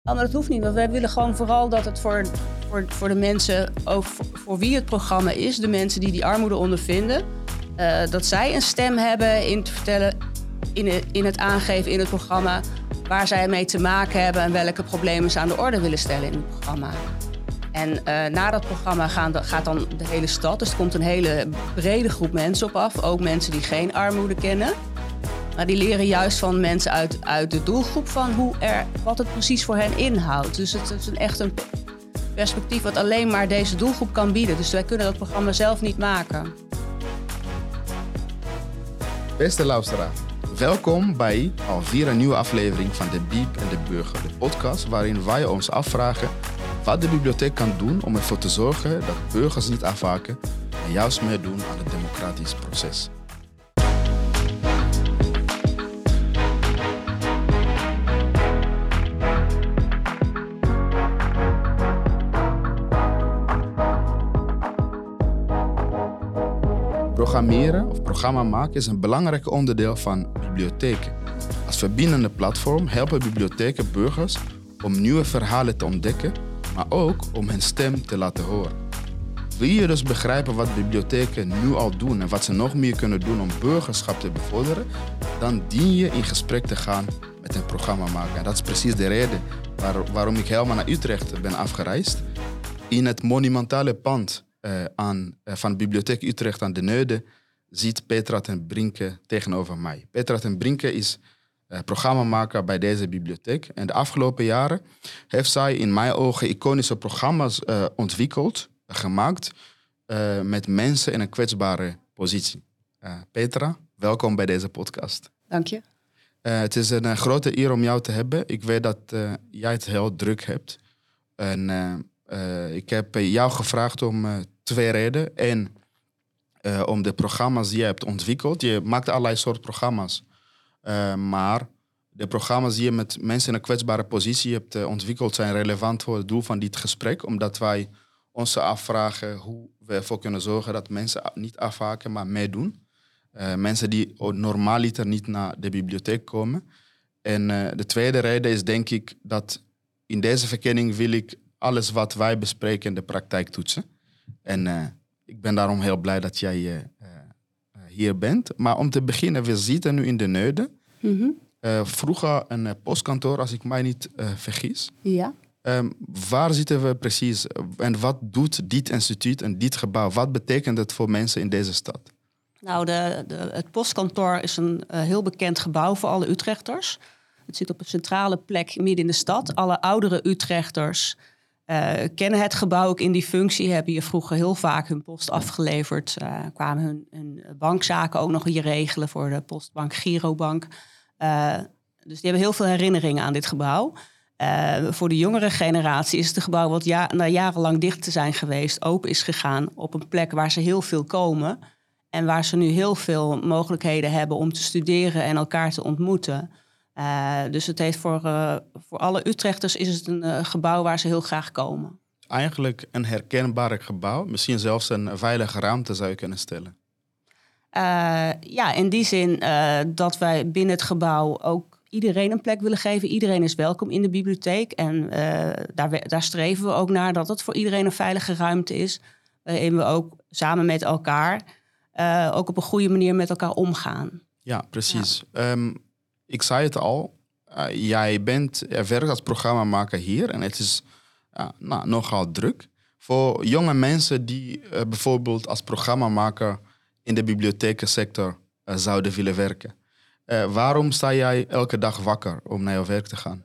Oh, maar dat hoeft niet. Want wij willen gewoon vooral dat het voor de mensen, ook voor wie het programma is, de mensen die die armoede ondervinden, dat zij een stem hebben in te vertellen, in het aangeven in het programma, waar zij mee te maken hebben en welke problemen ze aan de orde willen stellen in het programma. En na dat programma gaat dan de hele stad. Dus er komt een hele brede groep mensen op af. Ook mensen die geen armoede kennen. Maar die leren juist van mensen uit de doelgroep van wat het precies voor hen inhoudt. Dus het is echt een perspectief wat alleen maar deze doelgroep kan bieden. Dus wij kunnen dat programma zelf niet maken. Beste luisteraar, welkom bij alweer een nieuwe aflevering van De Bieb en de Burger. De podcast waarin wij ons afvragen wat de bibliotheek kan doen om ervoor te zorgen dat burgers niet afhaken en juist meer doen aan het democratisch proces. Programmeren of programma maken is een belangrijk onderdeel van bibliotheken. Als verbindende platform helpen bibliotheken burgers om nieuwe verhalen te ontdekken, maar ook om hun stem te laten horen. Wil je dus begrijpen wat bibliotheken nu al doen en wat ze nog meer kunnen doen om burgerschap te bevorderen, dan dien je in gesprek te gaan met een programmamaker. En dat is precies de reden waarom ik helemaal naar Utrecht ben afgereisd. In het monumentale pand van Bibliotheek Utrecht aan de Neude zit Petra ten Brinke tegenover mij. Petra ten Brinke is programmamaker bij deze bibliotheek. En de afgelopen jaren heeft zij in mijn ogen iconische programma's ontwikkeld, gemaakt met mensen in een kwetsbare positie. Petra, welkom bij deze podcast. Dank je. Het is een grote eer om jou te hebben. Ik weet dat jij het heel druk hebt. En ik heb jou gevraagd om twee redenen. Eén, om de programma's die je hebt ontwikkeld. Je maakt allerlei soorten programma's. Maar de programma's die je met mensen in een kwetsbare positie hebt ontwikkeld zijn relevant voor het doel van dit gesprek. Omdat wij ons afvragen hoe we ervoor kunnen zorgen dat mensen niet afhaken, maar meedoen. Mensen die normaaliter niet naar de bibliotheek komen. En de tweede reden is denk ik dat in deze verkenning wil ik alles wat wij bespreken in de praktijk toetsen. En ik ben daarom heel blij dat jij hier bent. Maar om te beginnen, we zitten nu in de Neude. Mm-hmm. Vroeger een postkantoor, als ik mij niet vergis. Ja. Waar zitten we precies? En wat doet dit instituut en dit gebouw? Wat betekent het voor mensen in deze stad? Nou, het postkantoor is een heel bekend gebouw voor alle Utrechters. Het zit op een centrale plek midden in de stad. Alle oudere Utrechters kennen het gebouw ook in die functie. Hebben hier vroeger heel vaak hun post afgeleverd. Kwamen hun bankzaken ook nog hier regelen voor de Postbank, Girobank. Dus die hebben heel veel herinneringen aan dit gebouw. Voor de jongere generatie is het een gebouw wat na jarenlang dicht te zijn geweest, open is gegaan op een plek waar ze heel veel komen. En waar ze nu heel veel mogelijkheden hebben om te studeren en elkaar te ontmoeten. Dus het heeft voor alle Utrechters is het een gebouw waar ze heel graag komen. Eigenlijk een herkenbaar gebouw. Misschien zelfs een veilige ruimte zou je kunnen stellen. Ja, in die zin dat wij binnen het gebouw ook iedereen een plek willen geven. Iedereen is welkom in de bibliotheek. En daar streven we ook naar dat het voor iedereen een veilige ruimte is. Waarin we ook samen met elkaar ook op een goede manier met elkaar omgaan. Ja, precies. Ja. Ik zei het al. Jij werkt als programmamaker hier. En het is nogal druk. Voor jonge mensen die bijvoorbeeld als programmamaker in de bibliothekensector zouden willen werken. Waarom sta jij elke dag wakker om naar jouw werk te gaan?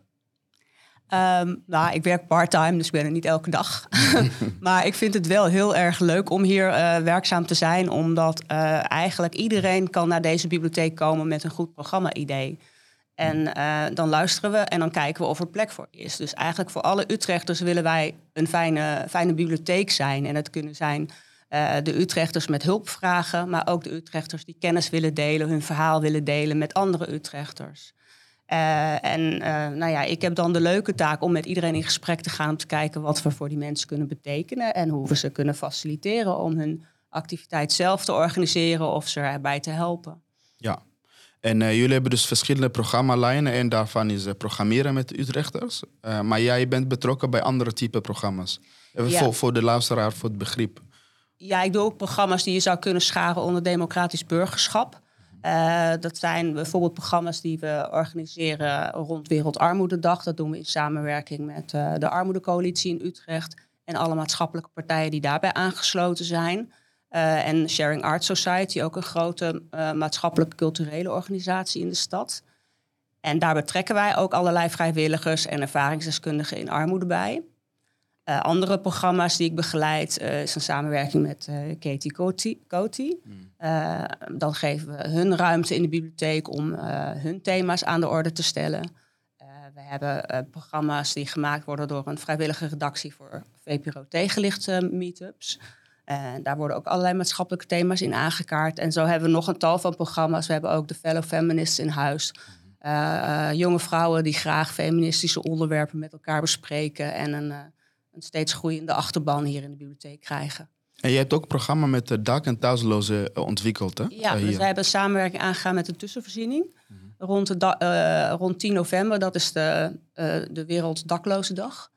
Ik werk part-time, dus ik ben er niet elke dag. Maar ik vind het wel heel erg leuk om hier werkzaam te zijn. Omdat eigenlijk iedereen kan naar deze bibliotheek komen met een goed programma-idee. En dan luisteren we en dan kijken we of er plek voor is. Dus eigenlijk voor alle Utrechters willen wij een fijne bibliotheek zijn. En het kunnen zijn de Utrechters met hulpvragen, maar ook de Utrechters die kennis willen delen, hun verhaal willen delen met andere Utrechters. Ik heb dan de leuke taak om met iedereen in gesprek te gaan om te kijken wat we voor die mensen kunnen betekenen en hoe we ze kunnen faciliteren om hun activiteit zelf te organiseren of ze erbij te helpen. Ja, En jullie hebben dus verschillende programmalijnen. En daarvan is programmeren met Utrechters. Maar jij bent betrokken bij andere type programma's. Voor de luisteraar, voor het begrip. Ja, ik doe ook programma's die je zou kunnen scharen onder democratisch burgerschap. Dat zijn bijvoorbeeld programma's die we organiseren rond Wereldarmoededag. Dat doen we in samenwerking met de Armoedecoalitie in Utrecht en alle maatschappelijke partijen die daarbij aangesloten zijn. En Sharing Art Society, ook een grote maatschappelijke culturele organisatie in de stad. En daar betrekken wij ook allerlei vrijwilligers en ervaringsdeskundigen in armoede bij. Andere programma's die ik begeleid is een samenwerking met Katie Coty. Dan geven we hun ruimte in de bibliotheek om hun thema's aan de orde te stellen. We hebben programma's die gemaakt worden door een vrijwillige redactie voor VPRO Tegenlicht meetups. Daar worden ook allerlei maatschappelijke thema's in aangekaart. En zo hebben we nog een tal van programma's. We hebben ook de Fellow Feminists in huis. Jonge vrouwen die graag feministische onderwerpen met elkaar bespreken en een steeds groeiende achterban hier in de bibliotheek krijgen. En je hebt ook een programma met de dak- en thuislozen ontwikkeld, hè? Ja, dus wij hebben een samenwerking aangegaan met de tussenvoorziening. Rond 10 november, dat is de Werelddaklozendag.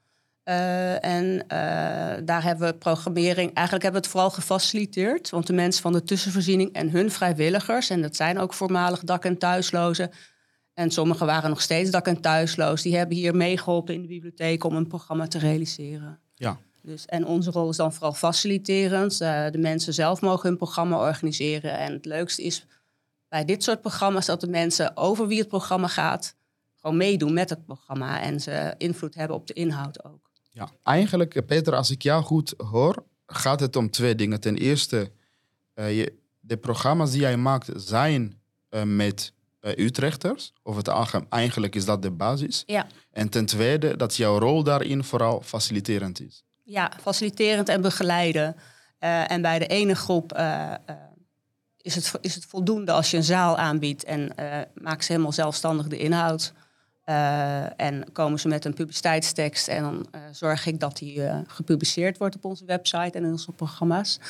Daar hebben we programmering. Eigenlijk hebben we het vooral gefaciliteerd. Want de mensen van de tussenvoorziening en hun vrijwilligers, en dat zijn ook voormalig dak- en thuislozen. En sommigen waren nog steeds dak- en thuisloos. Die hebben hier meegeholpen in de bibliotheek om een programma te realiseren. Ja. Dus, en onze rol is dan vooral faciliterend. De mensen zelf mogen hun programma organiseren. En het leukste is bij dit soort programma's dat de mensen over wie het programma gaat gewoon meedoen met het programma. En ze invloed hebben op de inhoud ook. Ja, eigenlijk, Peter, als ik jou goed hoor, gaat het om 2 dingen. Ten eerste, de programma's die jij maakt zijn met Utrechters. Eigenlijk is dat de basis. Ja. En ten tweede, dat jouw rol daarin vooral faciliterend is. Ja, faciliterend en begeleiden. En bij de ene groep is het voldoende als je een zaal aanbiedt en maak ze helemaal zelfstandig de inhoud. En komen ze met een publiciteitstekst en dan zorg ik dat die gepubliceerd wordt op onze website en in onze programma's.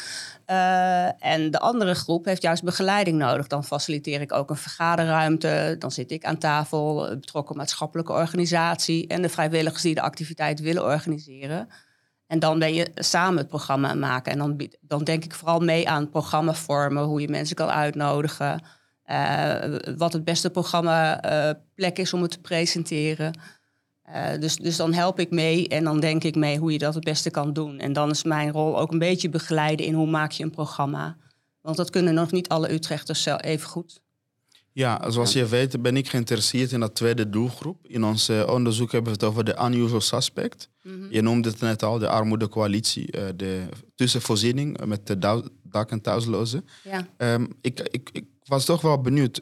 En de andere groep heeft juist begeleiding nodig. Dan faciliteer ik ook een vergaderruimte. Dan zit ik aan tafel, betrokken maatschappelijke organisatie en de vrijwilligers die de activiteit willen organiseren. En dan ben je samen het programma aan maken. En dan denk ik vooral mee aan programmavormen, hoe je mensen kan uitnodigen. Wat het beste programmaplek is om het te presenteren. Dus dan help ik mee en dan denk ik mee hoe je dat het beste kan doen. En dan is mijn rol ook een beetje begeleiden in hoe maak je een programma. Want dat kunnen nog niet alle Utrechters even goed. Ja, zoals je weet ben ik geïnteresseerd in dat tweede doelgroep. In ons onderzoek hebben we het over de unusual suspect. Mm-hmm. Je noemde het net al, de armoedecoalitie, de tussenvoorziening met de dak- en thuislozen. Ja. Ik was toch wel benieuwd,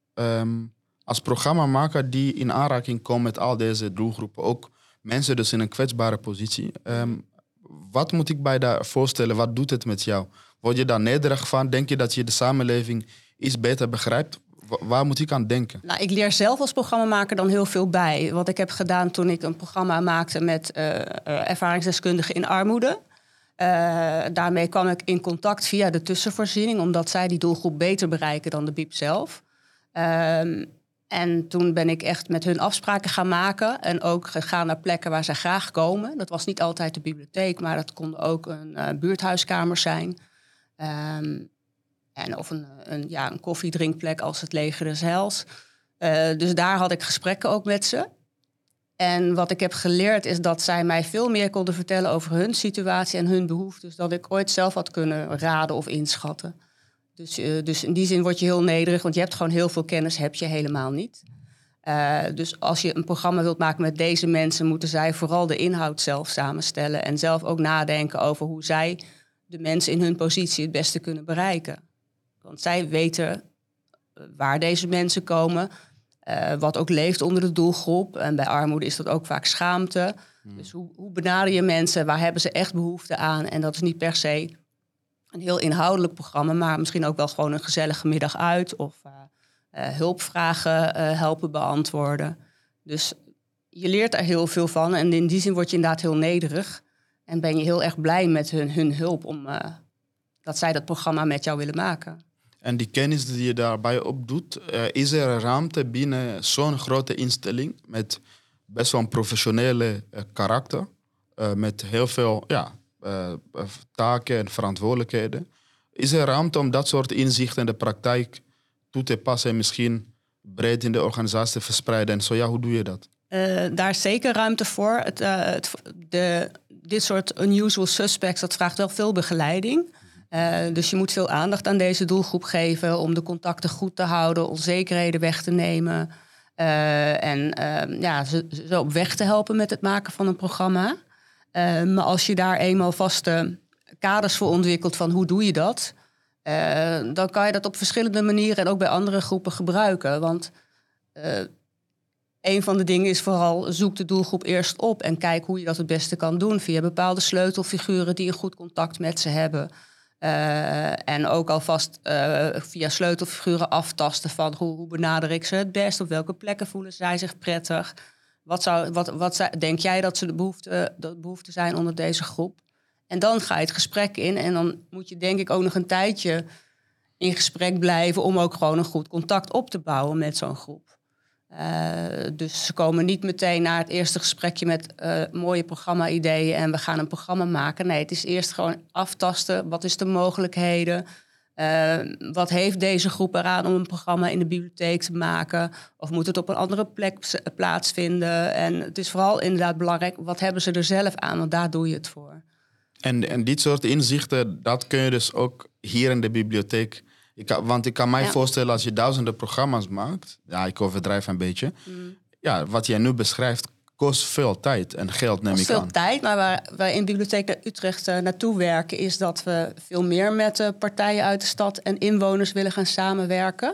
als programmamaker die in aanraking komt met al deze doelgroepen, ook mensen dus in een kwetsbare positie. Wat moet ik bij daar voorstellen? Wat doet het met jou? Word je daar nederig van? Denk je dat je de samenleving iets beter begrijpt? Waar moet ik aan denken? Nou, ik leer zelf als programmamaker dan heel veel bij. Wat ik heb gedaan toen ik een programma maakte met ervaringsdeskundigen in armoede. Daarmee kwam ik in contact via de tussenvoorziening, omdat zij die doelgroep beter bereiken dan de BIEB zelf. En toen ben ik echt met hun afspraken gaan maken en ook gegaan naar plekken waar zij graag komen. Dat was niet altijd de bibliotheek, maar dat kon ook een buurthuiskamer zijn. Of een koffiedrinkplek als het Leger des Heils. Dus daar had ik gesprekken ook met ze. En wat ik heb geleerd is dat zij mij veel meer konden vertellen over hun situatie en hun behoeftes dan ik ooit zelf had kunnen raden of inschatten. Dus in die zin word je heel nederig, want je hebt gewoon heel veel kennis, heb je helemaal niet. Dus als je een programma wilt maken met deze mensen, moeten zij vooral de inhoud zelf samenstellen en zelf ook nadenken over hoe zij de mensen in hun positie het beste kunnen bereiken. Want zij weten waar deze mensen komen, wat ook leeft onder de doelgroep. En bij armoede is dat ook vaak schaamte. Dus hoe benader je mensen? Waar hebben ze echt behoefte aan? En dat is niet per se een heel inhoudelijk programma, maar misschien ook wel gewoon een gezellige middag uit of hulpvragen helpen beantwoorden. Dus je leert er heel veel van en in die zin word je inderdaad heel nederig en ben je heel erg blij met hun hulp om dat zij dat programma met jou willen maken. En die kennis die je daarbij opdoet, is er ruimte binnen zo'n grote instelling met best wel een professionele karakter, met heel veel taken en verantwoordelijkheden. Is er ruimte om dat soort inzichten in de praktijk toe te passen en misschien breed in de organisatie te verspreiden? En zo ja, hoe doe je dat? Daar is zeker ruimte voor. Dit soort unusual suspects, dat vraagt wel veel begeleiding. Dus je moet veel aandacht aan deze doelgroep geven om de contacten goed te houden, onzekerheden weg te nemen. Ze op weg te helpen met het maken van een programma. Maar als je daar eenmaal vaste kaders voor ontwikkelt van hoe doe je dat, dan kan je dat op verschillende manieren en ook bij andere groepen gebruiken. Want een van de dingen is vooral zoek de doelgroep eerst op en kijk hoe je dat het beste kan doen via bepaalde sleutelfiguren die een goed contact met ze hebben. En ook alvast via sleutelfiguren aftasten van hoe benader ik ze het best, op welke plekken voelen zij zich prettig. Wat denk jij dat ze de behoefte zijn onder deze groep? En dan ga je het gesprek in en dan moet je denk ik ook nog een tijdje in gesprek blijven om ook gewoon een goed contact op te bouwen met zo'n groep. Dus ze komen niet meteen naar het eerste gesprekje met mooie programma-ideeën en we gaan een programma maken. Nee, het is eerst gewoon aftasten. Wat is de mogelijkheden? Wat heeft deze groep eraan om een programma in de bibliotheek te maken? Of moet het op een andere plek plaatsvinden? En het is vooral inderdaad belangrijk, wat hebben ze er zelf aan? Want daar doe je het voor. En dit soort inzichten, dat kun je dus ook hier in de bibliotheek. Want ik kan mij voorstellen, als je duizenden programma's maakt, ja, ik overdrijf een beetje. Ja, wat jij nu beschrijft, kost veel tijd en geld, neem ik aan. Kost veel tijd, maar waar wij in Bibliotheek Utrecht naartoe werken, is dat we veel meer met partijen uit de stad en inwoners willen gaan samenwerken.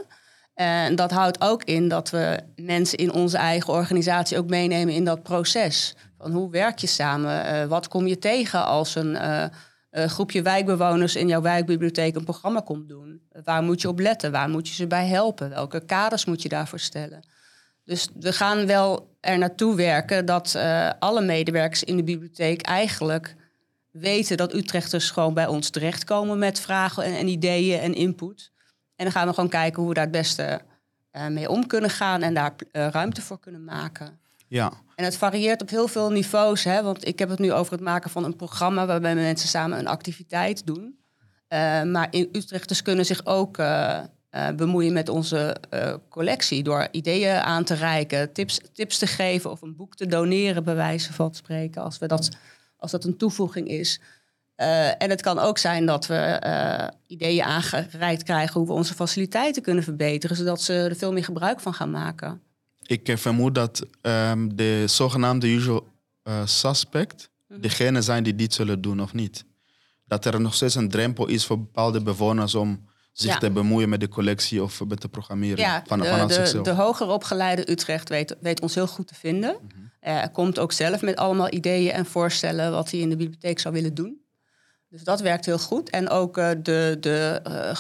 En dat houdt ook in dat we mensen in onze eigen organisatie ook meenemen in dat proces. Van hoe werk je samen? Wat kom je tegen als een groepje wijkbewoners in jouw wijkbibliotheek een programma komt doen? Waar moet je op letten? Waar moet je ze bij helpen? Welke kaders moet je daarvoor stellen? Dus we gaan wel er naartoe werken dat alle medewerkers in de bibliotheek eigenlijk weten dat Utrechters gewoon bij ons terechtkomen met vragen en ideeën en input. En dan gaan we gewoon kijken hoe we daar het beste mee om kunnen gaan en daar ruimte voor kunnen maken. Ja. En het varieert op heel veel niveaus. Hè? Want ik heb het nu over het maken van een programma waarbij mensen samen een activiteit doen. Maar Utrechters kunnen zich ook bemoeien met onze collectie door ideeën aan te reiken, tips te geven of een boek te doneren, bij wijze van spreken, als dat een toevoeging is. En het kan ook zijn dat we ideeën aangereikt krijgen hoe we onze faciliteiten kunnen verbeteren, zodat ze er veel meer gebruik van gaan maken. Ik vermoed dat de zogenaamde usual suspect degene zijn die dit zullen doen of niet. Dat er nog steeds een drempel is voor bepaalde bewoners om zich te bemoeien met de collectie of met de programmering vanuit zichzelf. De hoger opgeleide Utrecht weet ons heel goed te vinden. Komt ook zelf met allemaal ideeën en voorstellen wat hij in de bibliotheek zou willen doen. Dus dat werkt heel goed. En ook de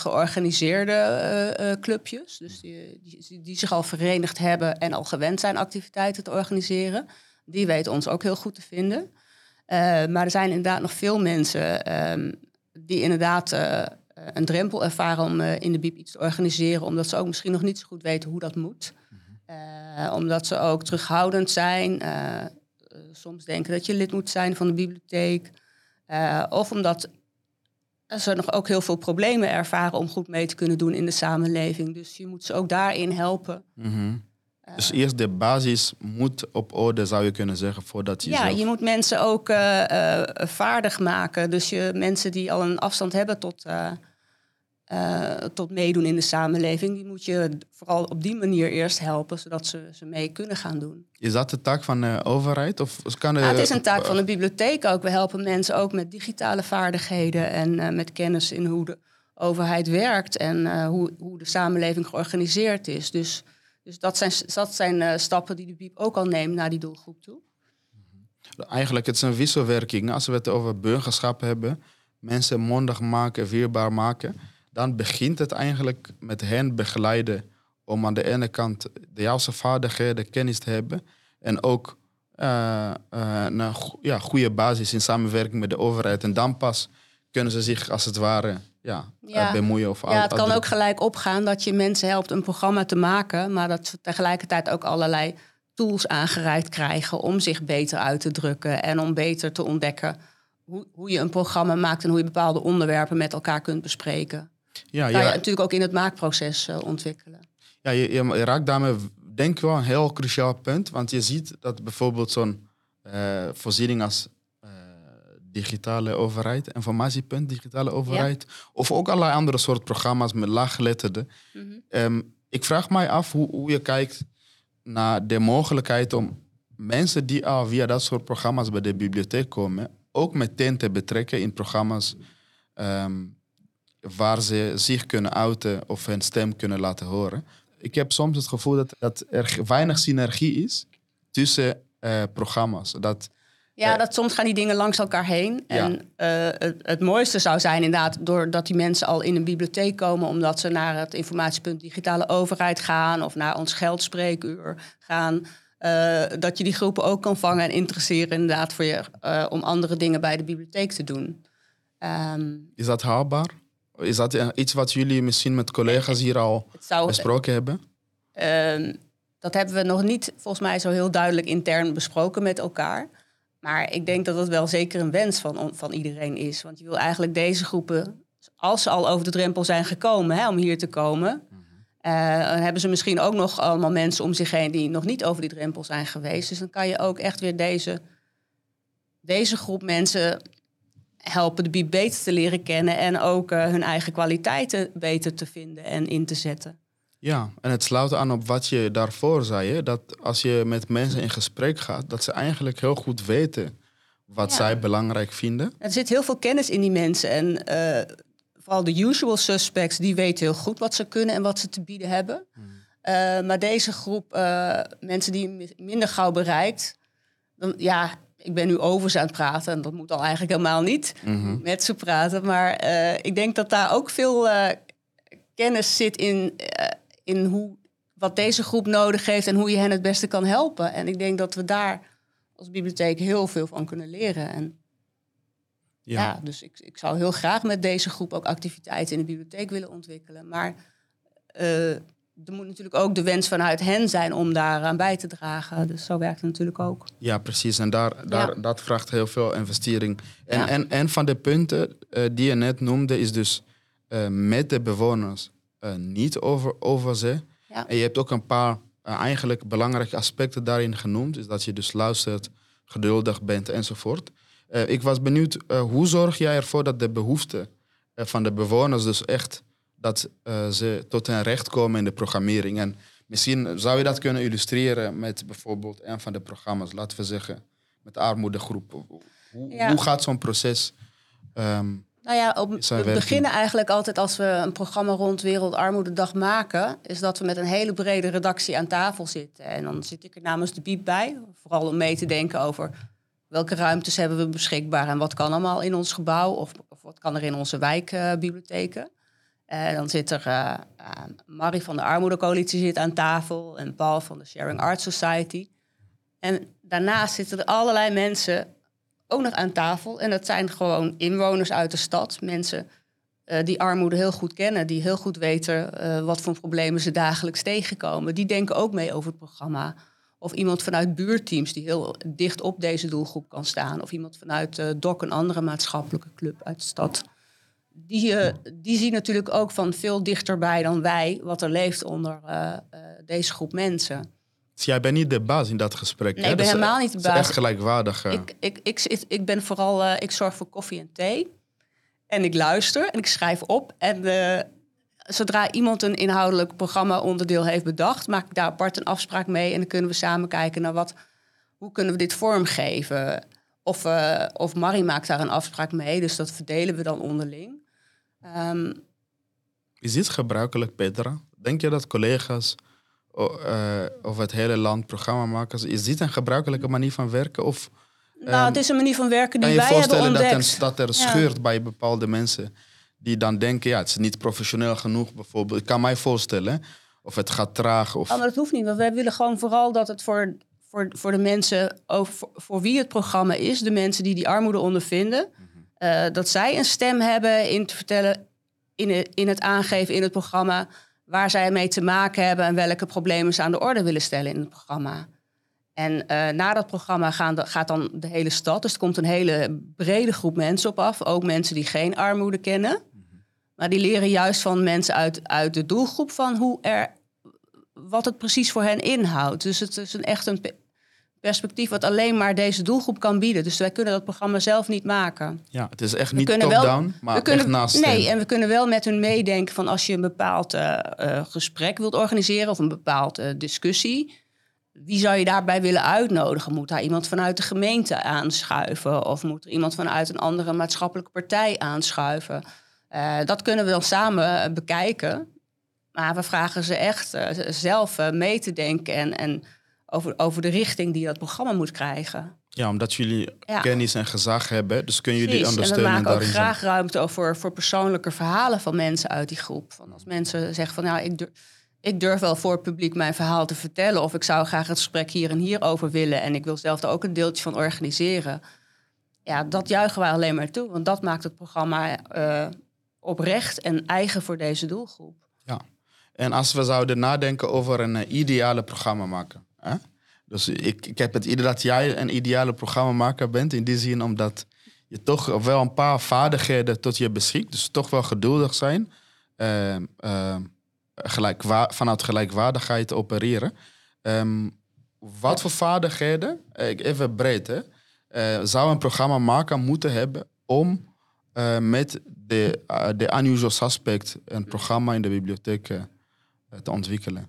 georganiseerde clubjes, dus die zich al verenigd hebben en al gewend zijn activiteiten te organiseren, die weten ons ook heel goed te vinden. Maar er zijn inderdaad nog veel mensen die inderdaad een drempel ervaren om in de bieb iets te organiseren, omdat ze ook misschien nog niet zo goed weten hoe dat moet. Omdat ze ook terughoudend zijn. Soms denken dat je lid moet zijn van de bibliotheek. Of omdat ze nog ook heel veel problemen ervaren om goed mee te kunnen doen in de samenleving. Dus je moet ze ook daarin helpen. Mm-hmm. Dus eerst de basis moet op orde, zou je kunnen zeggen, voordat je zelf... je moet mensen ook vaardig maken. Dus mensen die al een afstand hebben tot meedoen in de samenleving, die moet je vooral op die manier eerst helpen, zodat ze mee kunnen gaan doen. Is dat de taak van de overheid? Of kan het is een taak van de bibliotheek ook. We helpen mensen ook met digitale vaardigheden en met kennis in hoe de overheid werkt en hoe de samenleving georganiseerd is. Dus dat zijn stappen die de BIEB ook al neemt naar die doelgroep toe. Eigenlijk het is een wisselwerking. Als we het over burgerschap hebben, mensen mondig maken, weerbaar maken, dan begint het eigenlijk met hen begeleiden om aan de ene kant de juiste vaardigheden, kennis te hebben en ook een goede basis in samenwerking met de overheid. En dan pas kunnen ze zich als het ware bemoeien. Of het kan ook gelijk opgaan dat je mensen helpt een programma te maken, maar dat ze tegelijkertijd ook allerlei tools aangereikt krijgen om zich beter uit te drukken en om beter te ontdekken hoe je een programma maakt en hoe je bepaalde onderwerpen met elkaar kunt bespreken. Ja, kan je natuurlijk ook in het maakproces ontwikkelen. Ja, je raakt daarmee denk ik wel een heel cruciaal punt, want je ziet dat bijvoorbeeld zo'n voorziening als digitale overheid, informatiepunt, digitale overheid, of ook allerlei andere soort programma's met laaggeletterden. Ik vraag mij af hoe je kijkt naar de mogelijkheid om mensen die al via dat soort programma's bij de bibliotheek komen, ook meteen te betrekken in programma's waar ze zich kunnen uiten of hun stem kunnen laten horen. Ik heb soms het gevoel dat er weinig synergie is tussen programma's. Dat soms gaan die dingen langs elkaar heen. Ja. En het mooiste zou zijn inderdaad doordat die mensen al in een bibliotheek komen, omdat ze naar het informatiepunt digitale overheid gaan of naar ons geldspreekuur gaan. Dat je die groepen ook kan vangen en interesseren inderdaad voor je om andere dingen bij de bibliotheek te doen. Is dat haalbaar? Is dat iets wat jullie misschien met collega's hier al besproken hebben? Dat hebben we nog niet volgens mij zo heel duidelijk intern besproken met elkaar. Maar ik denk dat dat wel zeker een wens van iedereen is. Want je wil eigenlijk deze groepen, als ze al over de drempel zijn gekomen om hier te komen, dan hebben ze misschien ook nog allemaal mensen om zich heen die nog niet over die drempel zijn geweest. Dus dan kan je ook echt weer deze groep mensen helpen de BIEB beter te leren kennen en ook hun eigen kwaliteiten beter te vinden en in te zetten. Ja, en het sluit aan op wat je daarvoor zei, hè? Dat als je met mensen in gesprek gaat, dat ze eigenlijk heel goed weten wat zij belangrijk vinden. Er zit heel veel kennis in die mensen en vooral de usual suspects, die weten heel goed wat ze kunnen en wat ze te bieden hebben. Maar deze groep mensen die je minder gauw bereikt, ik ben nu over ze aan het praten en dat moet al eigenlijk helemaal niet met ze praten. Maar ik denk dat daar ook veel kennis zit in wat deze groep nodig heeft en hoe je hen het beste kan helpen. En ik denk dat we daar als bibliotheek heel veel van kunnen leren. En dus ik zou heel graag met deze groep ook activiteiten in de bibliotheek willen ontwikkelen. Maar er moet natuurlijk ook de wens vanuit hen zijn om daaraan bij te dragen. Dus zo werkt het natuurlijk ook. Ja, precies. En dat vraagt heel veel investering. En van de punten die je net noemde is dus met de bewoners niet over ze. Ja. En je hebt ook een paar eigenlijk belangrijke aspecten daarin genoemd. Is dat je dus luistert, geduldig bent enzovoort. Ik was benieuwd, hoe zorg jij ervoor dat de behoeften van de bewoners dus echt dat ze tot hun recht komen in de programmering? En misschien zou je dat kunnen illustreren met bijvoorbeeld een van de programma's, laten we zeggen, met de armoedegroep. Hoe gaat zo'n proces? We beginnen eigenlijk altijd als we een programma rond Wereldarmoededag maken, is dat we met een hele brede redactie aan tafel zitten. En dan zit ik er namens de BIEB bij, vooral om mee te denken over welke ruimtes hebben we beschikbaar en wat kan allemaal in ons gebouw of wat kan er in onze wijkbibliotheken. Dan zit er Marie van de Armoedecoalitie zit aan tafel en Paul van de Sharing Art Society. En daarnaast zitten er allerlei mensen ook nog aan tafel. En dat zijn gewoon inwoners uit de stad. Mensen die armoede heel goed kennen. Die heel goed weten wat voor problemen ze dagelijks tegenkomen. Die denken ook mee over het programma. Of iemand vanuit buurteams die heel dicht op deze doelgroep kan staan. Of iemand vanuit DOC, een andere maatschappelijke club uit de stad. Die zien natuurlijk ook van veel dichterbij dan wij wat er leeft onder deze groep mensen. Dus jij bent niet de baas in dat gesprek? Nee, ik ben helemaal niet de baas. Het is echt gelijkwaardig. Ik ben vooral, ik zorg voor koffie en thee. En ik luister en ik schrijf op. En zodra iemand een inhoudelijk programma-onderdeel heeft bedacht, maak ik daar apart een afspraak mee. En dan kunnen we samen kijken naar hoe kunnen we dit vormgeven. Of Marie maakt daar een afspraak mee. Dus dat verdelen we dan onderling. Is dit gebruikelijk, Petra? Denk je dat collega's over het hele land programmamakers, is dit een gebruikelijke manier van werken? Of, het is een manier van werken die wij hebben ontdekt. Kan je voorstellen dat er scheurt bij bepaalde mensen die dan denken, het is niet professioneel genoeg bijvoorbeeld. Ik kan mij voorstellen, of het gaat traag. Of... maar dat hoeft niet, want wij willen gewoon vooral dat het voor de mensen, voor wie het programma is, de mensen die armoede ondervinden, dat zij een stem hebben in te vertellen, in het aangeven in het programma, waar zij mee te maken hebben en welke problemen ze aan de orde willen stellen in het programma. En na dat programma gaat dan de hele stad. Dus er komt een hele brede groep mensen op af. Ook mensen die geen armoede kennen. Maar die leren juist van mensen uit de doelgroep van wat het precies voor hen inhoudt. Dus het is echt een perspectief wat alleen maar deze doelgroep kan bieden. Dus wij kunnen dat programma zelf niet maken. Ja, het is echt niet top-down, maar echt naast hen. Nee, en we kunnen wel met hun meedenken van als je een bepaald gesprek wilt organiseren of een bepaalde discussie. Wie zou je daarbij willen uitnodigen? Moet daar iemand vanuit de gemeente aanschuiven? Of moet er iemand vanuit een andere maatschappelijke partij aanschuiven? Dat kunnen we dan samen bekijken. Maar we vragen ze echt zelf mee te denken en over de richting die dat programma moet krijgen. Ja, omdat jullie kennis en gezag hebben, dus kunnen jullie ondersteunen. En we maken ook graag ruimte voor persoonlijke verhalen van mensen uit die groep. Van als mensen zeggen van ik durf wel voor het publiek mijn verhaal te vertellen, of ik zou graag het gesprek hier en hier over willen en ik wil zelf er ook een deeltje van organiseren. Ja, dat juichen wij alleen maar toe, want dat maakt het programma oprecht en eigen voor deze doelgroep. Ja, en als we zouden nadenken over een ideale programma maken. Hè? Dus ik heb het idee dat jij een ideale programmamaker bent, in die zin omdat je toch wel een paar vaardigheden tot je beschikt, dus toch wel geduldig zijn, vanuit gelijkwaardigheid opereren. Wat voor vaardigheden, even breed, zou een programmamaker moeten hebben om met de unusual suspect een programma in de bibliotheek te ontwikkelen?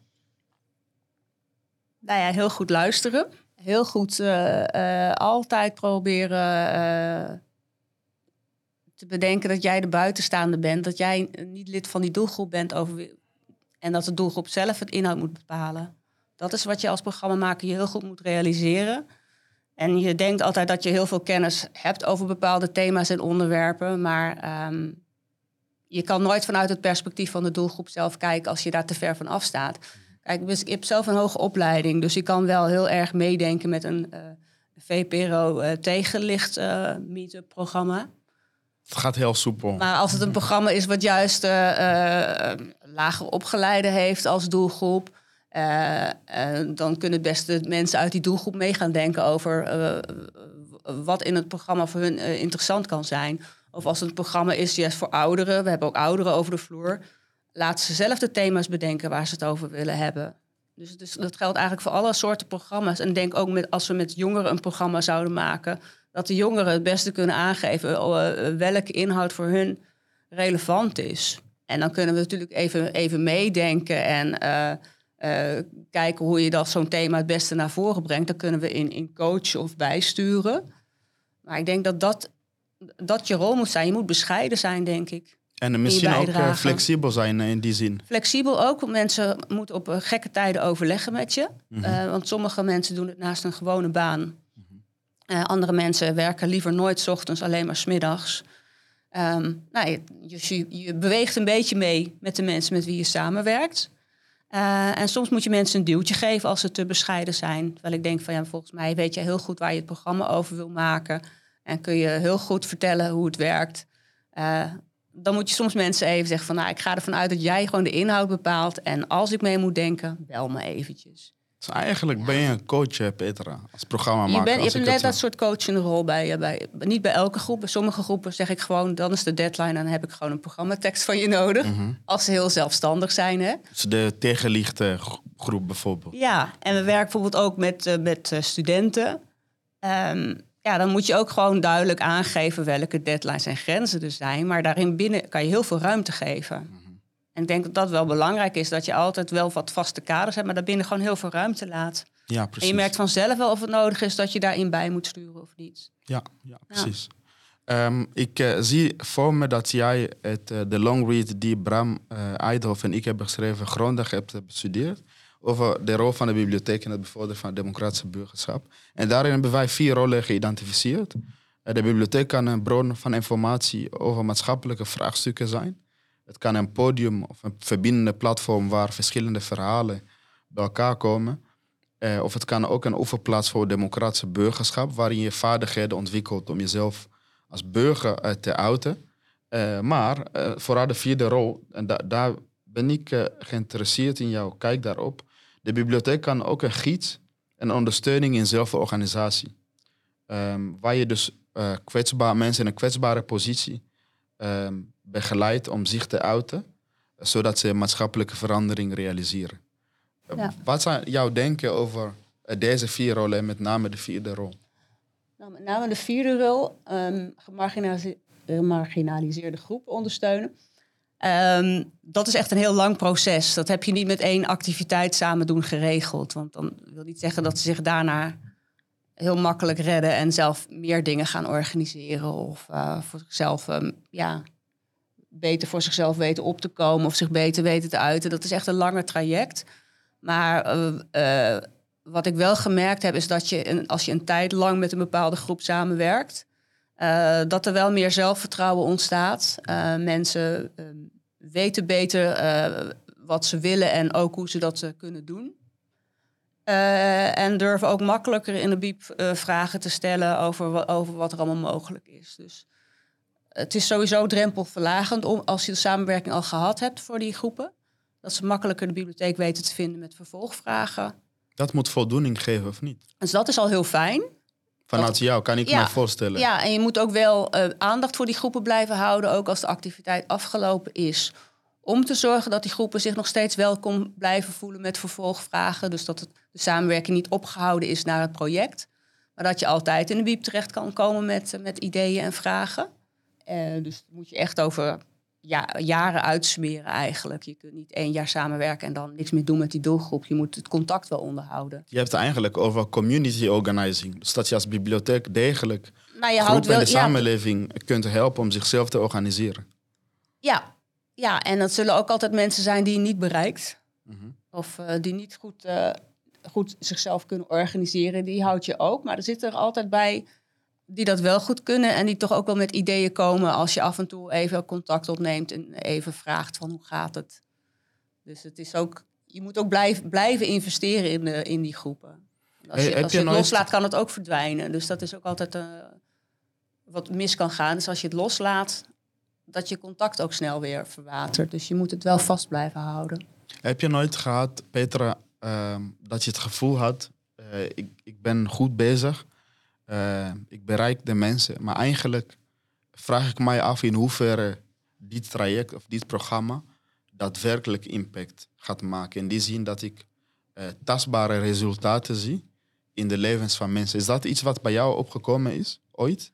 Nou ja, heel goed luisteren. Heel goed altijd proberen te bedenken dat jij de buitenstaande bent. Dat jij niet lid van die doelgroep bent en dat de doelgroep zelf het inhoud moet bepalen. Dat is wat je als programmamaker je heel goed moet realiseren. En je denkt altijd dat je heel veel kennis hebt over bepaalde thema's en onderwerpen. Maar je kan nooit vanuit het perspectief van de doelgroep zelf kijken als je daar te ver van afstaat. Kijk, ik heb zelf een hoge opleiding, dus ik kan wel heel erg meedenken met een VPRO tegenlicht meetup programma. Het gaat heel soepel. Maar als het een programma is wat juist lager opgeleide heeft als doelgroep, dan kunnen het beste mensen uit die doelgroep mee gaan denken over wat in het programma voor hun interessant kan zijn. Of als het een programma is juist voor ouderen, we hebben ook ouderen over de vloer, laten ze zelf de thema's bedenken waar ze het over willen hebben. Dus dat geldt eigenlijk voor alle soorten programma's. En ik denk ook als we met jongeren een programma zouden maken, dat de jongeren het beste kunnen aangeven welke inhoud voor hun relevant is. En dan kunnen we natuurlijk even meedenken en kijken hoe je dat zo'n thema het beste naar voren brengt. Dan kunnen we in coachen of bijsturen. Maar ik denk dat je rol moet zijn. Je moet bescheiden zijn, denk ik. En misschien ook flexibel zijn in die zin. Flexibel ook, want mensen moeten op gekke tijden overleggen met je. Mm-hmm. Want sommige mensen doen het naast een gewone baan. Mm-hmm. Andere mensen werken liever nooit 's ochtends, alleen maar 's middags. Je beweegt een beetje mee met de mensen met wie je samenwerkt. En soms moet je mensen een duwtje geven als ze te bescheiden zijn. Terwijl ik denk van volgens mij weet je heel goed waar je het programma over wil maken. En kun je heel goed vertellen hoe het werkt. Dan moet je soms mensen even zeggen van ik ga ervan uit dat jij gewoon de inhoud bepaalt. En als ik mee moet denken, bel me eventjes. Dus eigenlijk ben je een coach, Petra, als programmamaker. Je hebt net dat soort coachende rol bij. Niet bij elke groep. Bij sommige groepen zeg ik gewoon, dan is de deadline en dan heb ik gewoon een programmatekst van je nodig. Mm-hmm. Als ze heel zelfstandig zijn. Hè? Dus de tegenlichte groep bijvoorbeeld. Ja, en we werken bijvoorbeeld ook met studenten. Dan moet je ook gewoon duidelijk aangeven welke deadlines en grenzen er zijn. Maar daarin binnen kan je heel veel ruimte geven. Mm-hmm. En ik denk dat dat wel belangrijk is, dat je altijd wel wat vaste kaders hebt, maar daarbinnen gewoon heel veel ruimte laat. Ja, precies. En je merkt vanzelf wel of het nodig is dat je daarin bij moet sturen of niet. Ja, precies. Ja. Ik zie voor me dat jij de long read die Bram Eidhoff en ik hebben geschreven grondig hebt bestudeerd over de rol van de bibliotheek in het bevorderen van het democratische burgerschap. En daarin hebben wij 4 rollen geïdentificeerd. De bibliotheek kan een bron van informatie over maatschappelijke vraagstukken zijn. Het kan een podium of een verbindende platform waar verschillende verhalen bij elkaar komen. Of het kan ook een oefenplaats voor democratische burgerschap, waarin je vaardigheden ontwikkelt om jezelf als burger te uiten. Maar vooral de vierde rol, en daar ben ik geïnteresseerd in jouw kijk daarop. De bibliotheek kan ook een gids en ondersteuning in zelforganisatie. Waar je dus mensen in een kwetsbare positie begeleidt om zich te uiten, zodat ze maatschappelijke verandering realiseren. Ja. Wat zou jouw denken over deze 4 rollen en met name de vierde rol? Nou, met name de vierde rol, gemarginaliseerde groepen ondersteunen. Dat is echt een heel lang proces. Dat heb je niet met 1 activiteit samen doen geregeld. Want dan wil niet zeggen dat ze zich daarna heel makkelijk redden en zelf meer dingen gaan organiseren. Of voor zichzelf beter voor zichzelf weten op te komen of zich beter weten te uiten. Dat is echt een langer traject. Maar wat ik wel gemerkt heb, is dat als je een tijd lang met een bepaalde groep samenwerkt, dat er wel meer zelfvertrouwen ontstaat. Mensen weten beter wat ze willen en ook hoe ze dat kunnen doen. En durven ook makkelijker in de biep vragen te stellen over wat er allemaal mogelijk is. Dus het is sowieso drempelverlagend als je de samenwerking al gehad hebt voor die groepen. Dat ze makkelijker de bibliotheek weten te vinden met vervolgvragen. Dat moet voldoening geven, of niet? Dus dat is al heel fijn. Vanuit jou kan ik me voorstellen. Ja, en je moet ook wel aandacht voor die groepen blijven houden, ook als de activiteit afgelopen is. Om te zorgen dat die groepen zich nog steeds welkom blijven voelen met vervolgvragen. Dus dat de samenwerking niet opgehouden is naar het project. Maar dat je altijd in de biep terecht kan komen met ideeën en vragen. Dus moet je echt over jaren uitsmeren eigenlijk. Je kunt niet 1 jaar samenwerken en dan niks meer doen met die doelgroep. Je moet het contact wel onderhouden. Je hebt het eigenlijk over community organizing. Dus dat je als bibliotheek degelijk groepen in de samenleving kunt helpen om zichzelf te organiseren. Ja, en dat zullen ook altijd mensen zijn die je niet bereikt. Mm-hmm. Of die niet goed zichzelf kunnen organiseren. Die houd je ook. Maar er zitten er altijd bij die dat wel goed kunnen en die toch ook wel met ideeën komen als je af en toe even contact opneemt en even vraagt van hoe gaat het. Dus het is ook, je moet ook blijven investeren in die groepen. Als je het loslaat, kan het ook verdwijnen. Dus dat is ook altijd wat mis kan gaan. Dus als je het loslaat, dat je contact ook snel weer verwatert. Dus je moet het wel vast blijven houden. Heb je nooit gehad, Petra, dat je het gevoel had, ik ben goed bezig, ik bereik de mensen. Maar eigenlijk vraag ik mij af in hoeverre dit traject of dit programma daadwerkelijk impact gaat maken. In die zin dat ik tastbare resultaten zie in de levens van mensen. Is dat iets wat bij jou opgekomen is, ooit?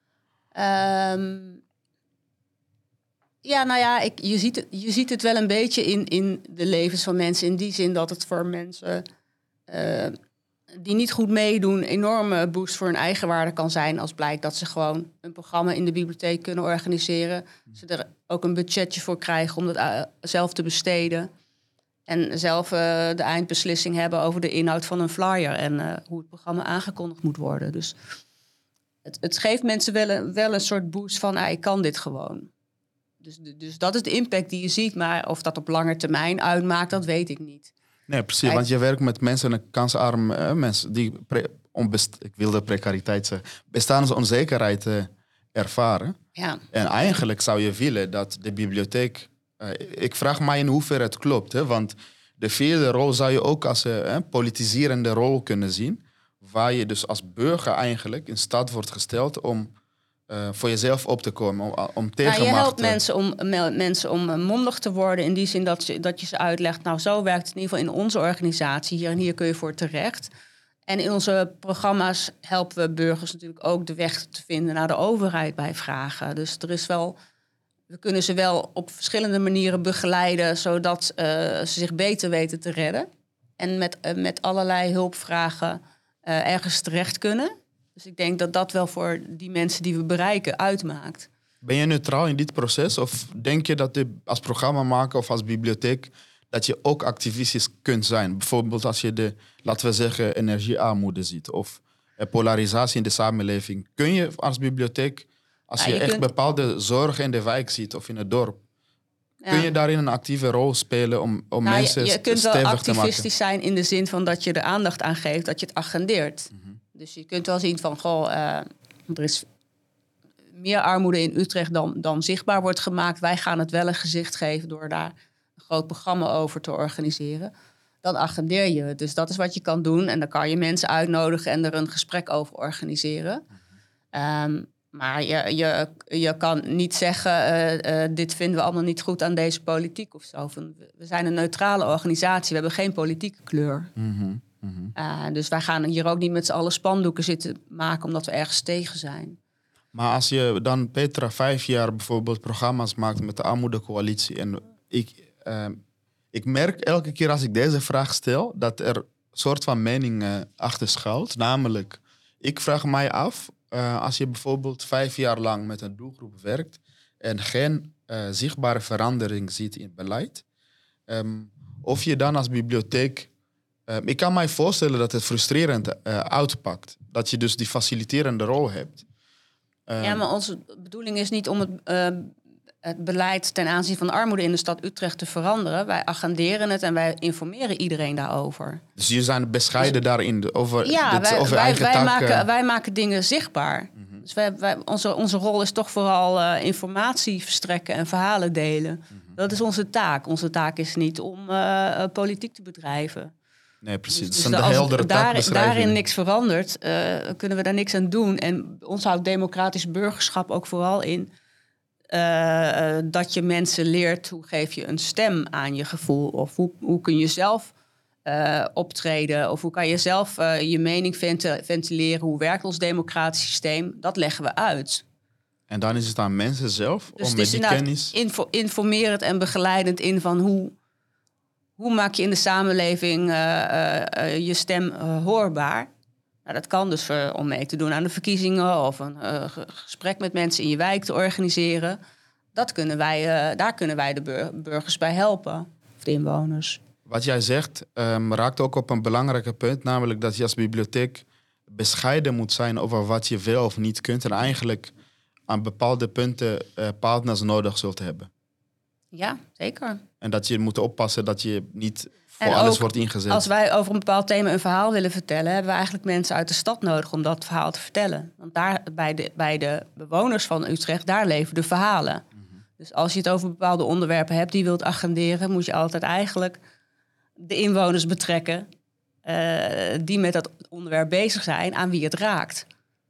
Je ziet het wel een beetje in de levens van mensen. In die zin dat het voor mensen die niet goed meedoen een enorme boost voor hun eigenwaarde kan zijn als blijkt dat ze gewoon een programma in de bibliotheek kunnen organiseren. Ze er ook een budgetje voor krijgen om dat zelf te besteden. En zelf de eindbeslissing hebben over de inhoud van een flyer en hoe het programma aangekondigd moet worden. Dus het geeft mensen wel een soort boost van ik kan dit gewoon. Dus dat is de impact die je ziet. Maar of dat op lange termijn uitmaakt, dat weet ik niet. Nee, precies. Want je werkt met mensen en kansarme mensen die ik wilde precariteit zeggen, bestaansonzekerheid ervaren. Ja. En eigenlijk zou je willen dat de bibliotheek, ik vraag mij in hoeverre het klopt. Hè? Want de vierde rol zou je ook als een politiserende rol kunnen zien. Waar je dus als burger eigenlijk in staat wordt gesteld om voor jezelf op te komen, om tegenmacht. Je helpt mensen om mondig te worden in die zin dat je ze uitlegt. Nou, zo werkt het in ieder geval in onze organisatie. Hier en hier kun je voor terecht. En in onze programma's helpen we burgers natuurlijk ook de weg te vinden naar de overheid bij vragen. Dus we kunnen ze wel op verschillende manieren begeleiden, zodat ze zich beter weten te redden. En met allerlei hulpvragen ergens terecht kunnen. Dus ik denk dat dat wel voor die mensen die we bereiken uitmaakt. Ben je neutraal in dit proces? Of denk je dat als programmamaker of als bibliotheek dat je ook activistisch kunt zijn? Bijvoorbeeld als je laten we zeggen, energiearmoede ziet of polarisatie in de samenleving. Kun je als bibliotheek, als je echt bepaalde zorgen in de wijk ziet of in het dorp, kun je daarin een actieve rol speren om mensen stevig te maken? Je kunt wel activistisch zijn in de zin van dat je er aandacht aan geeft, dat je het agendeert. Mm-hmm. Dus je kunt wel zien van, er is meer armoede in Utrecht dan zichtbaar wordt gemaakt. Wij gaan het wel een gezicht geven door daar een groot programma over te organiseren. Dan agendeer je het. Dus dat is wat je kan doen. En dan kan je mensen uitnodigen en er een gesprek over organiseren. Maar je kan niet zeggen, dit vinden we allemaal niet goed aan deze politiek of zo. We zijn een neutrale organisatie, we hebben geen politieke kleur. Dus wij gaan hier ook niet met z'n allen spandoeken zitten maken omdat we ergens tegen zijn. Maar als je dan, Petra, 5 jaar bijvoorbeeld programma's maakt met de Armoedecoalitie. En ik merk elke keer als ik deze vraag stel dat er een soort van mening achter schuilt. Namelijk, ik vraag mij af, als je bijvoorbeeld 5 jaar lang met een doelgroep werkt en geen zichtbare verandering ziet in het beleid, of je dan als bibliotheek... ik kan mij voorstellen dat het frustrerend uitpakt. Dat je dus die faciliterende rol hebt. Ja, maar onze bedoeling is niet om het beleid ten aanzien van armoede in de stad Utrecht te veranderen. Wij agenderen het en wij informeren iedereen daarover. Dus jullie zijn bescheiden daarin? Over wij maken dingen zichtbaar. Dus onze rol is toch vooral informatie verstrekken en verhalen delen. Dat is onze taak. Onze taak is niet om politiek te bedrijven. Nee, precies. Dus de heldere daarin niks verandert, kunnen we daar niks aan doen. En ons houdt democratisch burgerschap ook vooral in dat je mensen leert hoe geef je een stem aan je gevoel. Of hoe kun je zelf optreden. Of hoe kan je zelf je mening ventileren. Hoe werkt ons democratisch systeem? Dat leggen we uit. En dan is het aan mensen zelf dus om met die kennis... informerend en begeleidend in van hoe maak je in de samenleving je stem hoorbaar? Nou, dat kan dus om mee te doen aan de verkiezingen of een gesprek met mensen in je wijk te organiseren. Daar kunnen wij de burgers bij helpen, of de inwoners. Wat jij zegt raakt ook op een belangrijke punt, namelijk dat je als bibliotheek bescheiden moet zijn over wat je wel of niet kunt en eigenlijk aan bepaalde punten partners nodig zult hebben. Ja, zeker. En dat je moet oppassen dat je niet voor alles wordt ingezet. Als wij over een bepaald thema een verhaal willen vertellen, hebben we eigenlijk mensen uit de stad nodig om dat verhaal te vertellen. Want daar bij de bewoners van Utrecht, daar leven de verhalen. Dus als je het over bepaalde onderwerpen hebt die je wilt agenderen, moet je altijd eigenlijk de inwoners betrekken die met dat onderwerp bezig zijn, aan wie het raakt.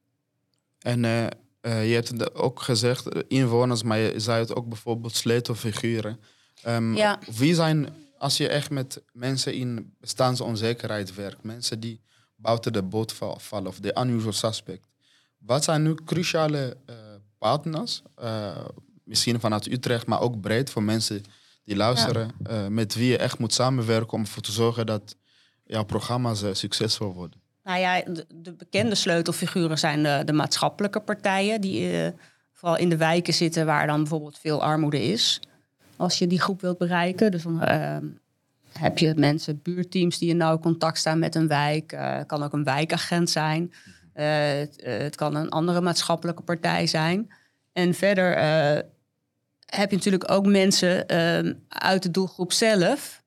En je hebt het ook gezegd, inwoners, maar je zei het ook bijvoorbeeld sleutelfiguren. Wie zijn, als je echt met mensen in bestaansonzekerheid werkt, mensen die buiten de boot vallen of de unusual suspect, wat zijn nu cruciale partners, misschien vanuit Utrecht, maar ook breed voor mensen die luisteren, met wie je echt moet samenwerken om ervoor te zorgen dat jouw programma's succesvol worden? Nou ja, de bekende sleutelfiguren zijn de maatschappelijke partijen die vooral in de wijken zitten waar dan bijvoorbeeld veel armoede is. Als je die groep wilt bereiken. Dus dan heb je mensen, buurteams die in nauw contact staan met een wijk. Het kan ook een wijkagent zijn. Het kan een andere maatschappelijke partij zijn. En verder heb je natuurlijk ook mensen uit de doelgroep zelf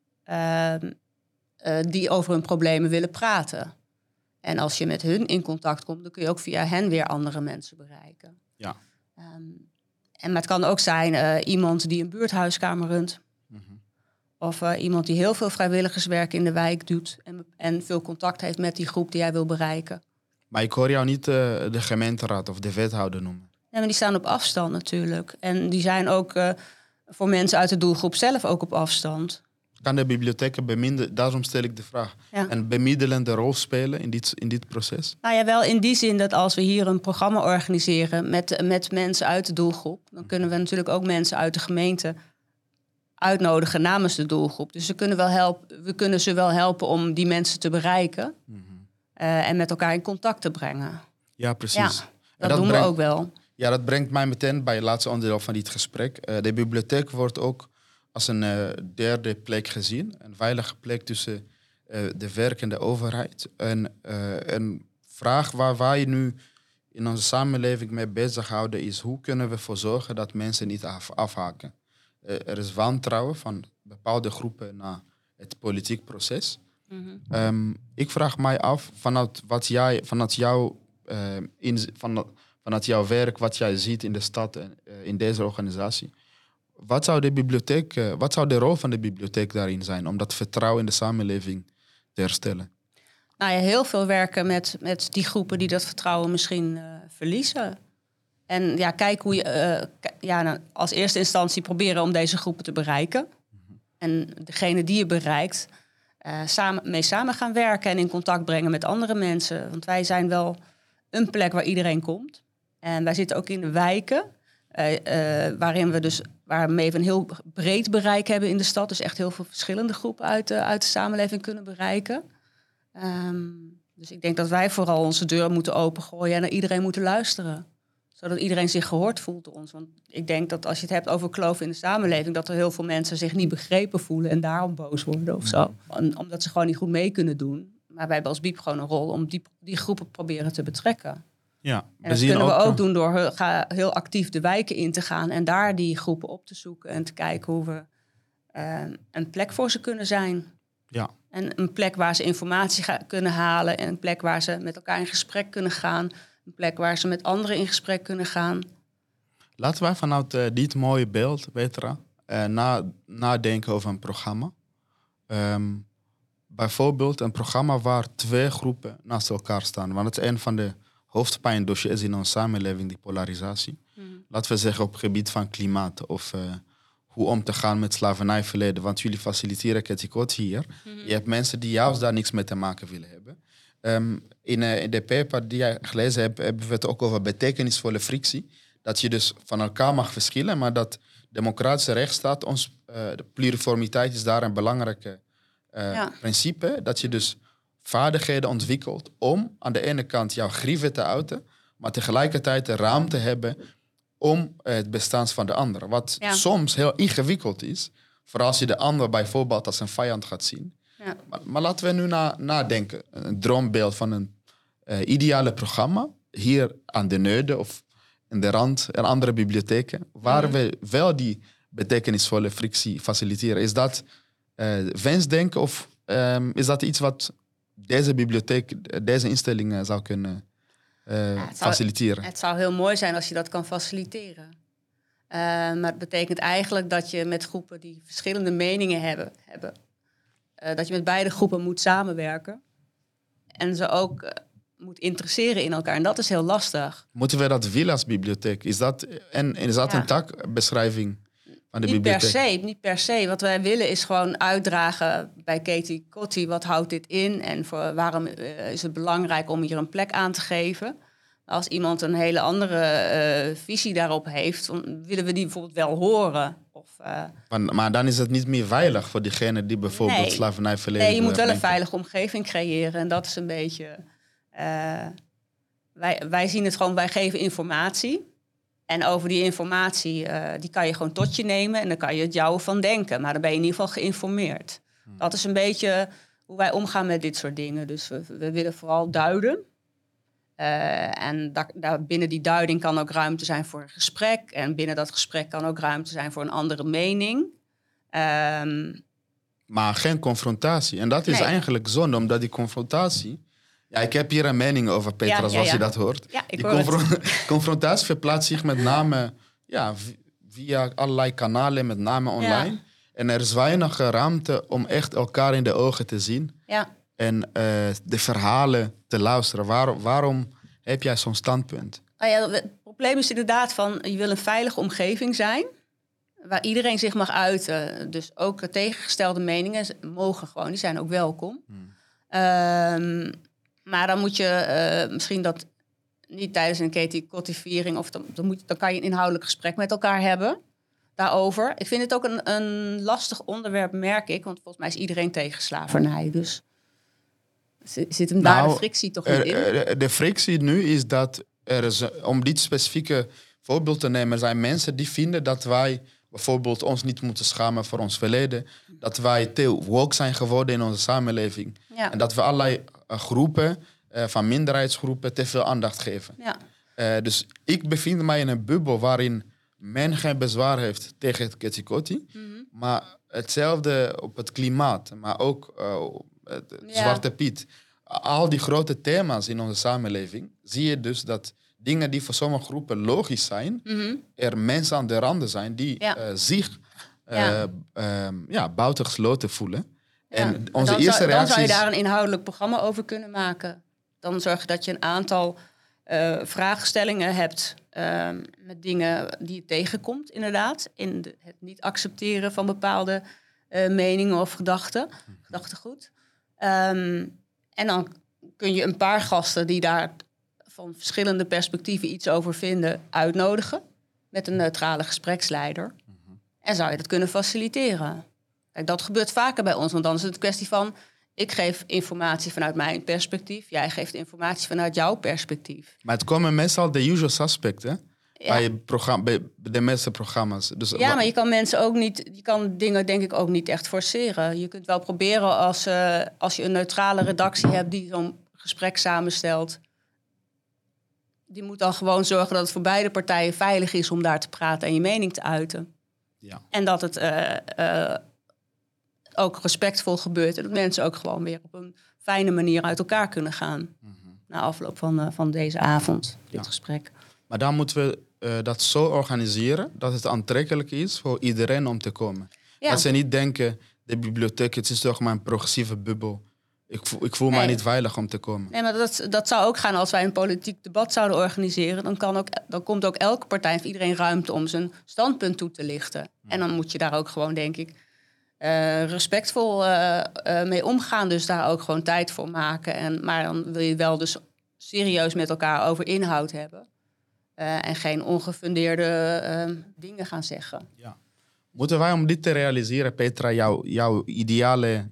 die over hun problemen willen praten. En als je met hun in contact komt, dan kun je ook via hen weer andere mensen bereiken. Ja. Maar het kan ook zijn iemand die een buurthuiskamer runt. Of iemand die heel veel vrijwilligerswerk in de wijk doet en veel contact heeft met die groep die jij wil bereiken. Maar ik hoor jou niet de gemeenteraad of de wethouder noemen. Ja, maar die staan op afstand natuurlijk. En die zijn ook voor mensen uit de doelgroep zelf ook op afstand. Kan de bibliotheek daarom stel ik de vraag, een bemiddelende rol spelen in dit proces? Nou ja, wel in die zin dat als we hier een programma organiseren met mensen uit de doelgroep, dan kunnen we natuurlijk ook mensen uit de gemeente uitnodigen namens de doelgroep. Dus we kunnen ze wel helpen om die mensen te bereiken en met elkaar in contact te brengen. Ja, precies. Ja, dat doen we ook wel. Ja, dat brengt mij meteen bij het laatste onderdeel van dit gesprek. De bibliotheek wordt ook als een derde plek gezien. Een veilige plek tussen de werkende overheid. Een vraag waar je nu in onze samenleving mee bezighouden is: hoe kunnen we ervoor zorgen dat mensen niet afhaken? Er is wantrouwen van bepaalde groepen naar het politiek proces. Ik vraag mij af, vanuit vanuit jouw werk, wat jij ziet in de stad en in deze organisatie. Wat zou de rol van de bibliotheek daarin zijn om dat vertrouwen in de samenleving te herstellen? Nou ja, heel veel werken met die groepen die dat vertrouwen misschien verliezen. En ja, kijk hoe je als eerste instantie proberen om deze groepen te bereiken. En degene die je bereikt, samen gaan werken en in contact brengen met andere mensen. Want wij zijn wel een plek waar iedereen komt. En wij zitten ook in de wijken, waarmee we een heel breed bereik hebben in de stad. Dus echt heel veel verschillende groepen uit de samenleving kunnen bereiken. Dus ik denk dat wij vooral onze deur moeten opengooien en naar iedereen moeten luisteren. Zodat iedereen zich gehoord voelt door ons. Want ik denk dat als je het hebt over kloof in de samenleving, dat er heel veel mensen zich niet begrepen voelen en daarom boos worden of zo. Omdat ze gewoon niet goed mee kunnen doen. Maar wij hebben als Biep gewoon een rol om die groepen proberen te betrekken. Ja, en dat kunnen we ook doen door heel actief de wijken in te gaan en daar die groepen op te zoeken en te kijken hoe we een plek voor ze kunnen zijn. Ja. En een plek waar ze informatie kunnen halen en een plek waar ze met elkaar in gesprek kunnen gaan. Een plek waar ze met anderen in gesprek kunnen gaan. Laten wij vanuit dit mooie beeld, Petra, nadenken over een programma. Bijvoorbeeld een programma waar 2 groepen naast elkaar staan. Want het is een van de hoofdpijndossiers in onze samenleving, die polarisatie. Laten we zeggen op het gebied van klimaat of hoe om te gaan met slavernijverleden. Want jullie faciliteren Ketikot hier. Je hebt mensen die juist daar niks mee te maken willen hebben. In de paper die jij gelezen hebt, hebben we het ook over betekenisvolle frictie. Dat je dus van elkaar mag verschillen, maar dat democratische rechtsstaat, de pluriformiteit is daar een belangrijke principe. Dat je dus vaardigheden ontwikkelt om aan de ene kant jouw grieven te uiten, maar tegelijkertijd de ruimte hebben om het bestaan van de ander. Wat soms heel ingewikkeld is, vooral als je de ander bijvoorbeeld als een vijand gaat zien. Ja. Maar laten we nu nadenken. Een droombeeld van een ideale programma. Hier aan de Neude of in de Rand en andere bibliotheken. Waar we wel die betekenisvolle frictie faciliteren. Is dat wensdenken of is dat iets wat deze bibliotheek, deze instellingen zou kunnen faciliteren? Het zou heel mooi zijn als je dat kan faciliteren. Maar het betekent eigenlijk dat je met groepen die verschillende meningen hebben dat je met beide groepen moet samenwerken. En ze ook moet interesseren in elkaar. En dat is heel lastig. Moeten we dat willen als bibliotheek? Is dat een takbeschrijving van de bibliotheek? Niet per se. Wat wij willen is gewoon uitdragen bij Katie Kotti. Wat houdt dit in? En waarom is het belangrijk om hier een plek aan te geven? Als iemand een hele andere visie daarop heeft, dan willen we die bijvoorbeeld wel horen. Maar dan is het niet meer veilig voor diegene die bijvoorbeeld slavernij verleden. Nee, je moet wel een veilige omgeving creëren. En dat is een beetje... Wij zien het gewoon, wij geven informatie. En over die informatie, die kan je gewoon tot je nemen. En dan kan je het jouwe van denken. Maar dan ben je in ieder geval geïnformeerd. Dat is een beetje hoe wij omgaan met dit soort dingen. Dus we willen vooral duiden. En binnen die duiding kan ook ruimte zijn voor een gesprek. En binnen dat gesprek kan ook ruimte zijn voor een andere mening. Maar geen confrontatie. En dat is eigenlijk zonde, omdat die confrontatie... Ja, ik heb hier een mening over, Petra, zoals je dat hoort. Ja, die confrontatie verplaatst zich met name via allerlei kanalen, met name online. Ja. En er is weinig ruimte om echt elkaar in de ogen te zien. Ja. En de verhalen te luisteren. Waarom heb jij zo'n standpunt? Het probleem is inderdaad van, je wil een veilige omgeving zijn, waar iedereen zich mag uiten. Dus ook tegengestelde meningen mogen gewoon, die zijn ook welkom. Maar dan moet je misschien dat niet tijdens een Katie-Kotti-viering... of dan kan je een inhoudelijk gesprek met elkaar hebben daarover. Ik vind het ook een lastig onderwerp, merk ik. Want volgens mij is iedereen tegen slavernij. Dus zit hem daar de frictie toch niet in? De frictie nu is dat om dit specifieke voorbeeld te nemen... zijn mensen die vinden dat wij bijvoorbeeld ons niet moeten schamen voor ons verleden. Dat wij te woke zijn geworden in onze samenleving. Ja. En dat we allerlei groepen, van minderheidsgroepen, te veel aandacht geven. Ja. Dus ik bevind mij in een bubbel waarin men geen bezwaar heeft tegen het Ketikoti. Mm-hmm. Maar hetzelfde op het klimaat, maar ook Zwarte Piet. Al die grote thema's in onze samenleving zie je dus dat dingen die voor sommige groepen logisch zijn, er mensen aan de randen zijn die zich buitengesloten voelen. En onze eerste reactie dan zou je daar een inhoudelijk programma over kunnen maken. Dan zorg je dat je een aantal vraagstellingen hebt met dingen die je tegenkomt, inderdaad. In het niet accepteren van bepaalde meningen of gedachtegoed. En dan kun je een paar gasten die daar van verschillende perspectieven iets over vinden, uitnodigen met een neutrale gespreksleider. En zou je dat kunnen faciliteren. Kijk, dat gebeurt vaker bij ons, want dan is het een kwestie van, ik geef informatie vanuit mijn perspectief, jij geeft informatie vanuit jouw perspectief. Maar het komen meestal de usual suspects, hè? Ja. Bij de meeste programma's. Dus ja, maar je kan mensen ook niet, je kan dingen denk ik ook niet echt forceren. Je kunt wel proberen als je een neutrale redactie hebt die zo'n gesprek samenstelt. Die moet dan gewoon zorgen dat het voor beide partijen veilig is om daar te praten en je mening te uiten. Ja. En dat het ook respectvol gebeurt en dat mensen ook gewoon weer op een fijne manier uit elkaar kunnen gaan. Na afloop van deze avond, dit gesprek. Maar dan moeten we dat zo organiseren dat het aantrekkelijk is voor iedereen om te komen. Ja. Dat ze niet denken, de bibliotheek, het is toch maar een progressieve bubbel. Ik voel mij niet veilig om te komen. Nee, maar dat zou ook gaan als wij een politiek debat zouden organiseren. Dan komt ook elke partij of iedereen ruimte om zijn standpunt toe te lichten. En dan moet je daar ook gewoon, denk ik, respectvol mee omgaan. Dus daar ook gewoon tijd voor maken. Maar dan wil je wel dus serieus met elkaar over inhoud hebben. En geen ongefundeerde dingen gaan zeggen. Ja. Moeten wij om dit te realiseren, Petra, jouw ideale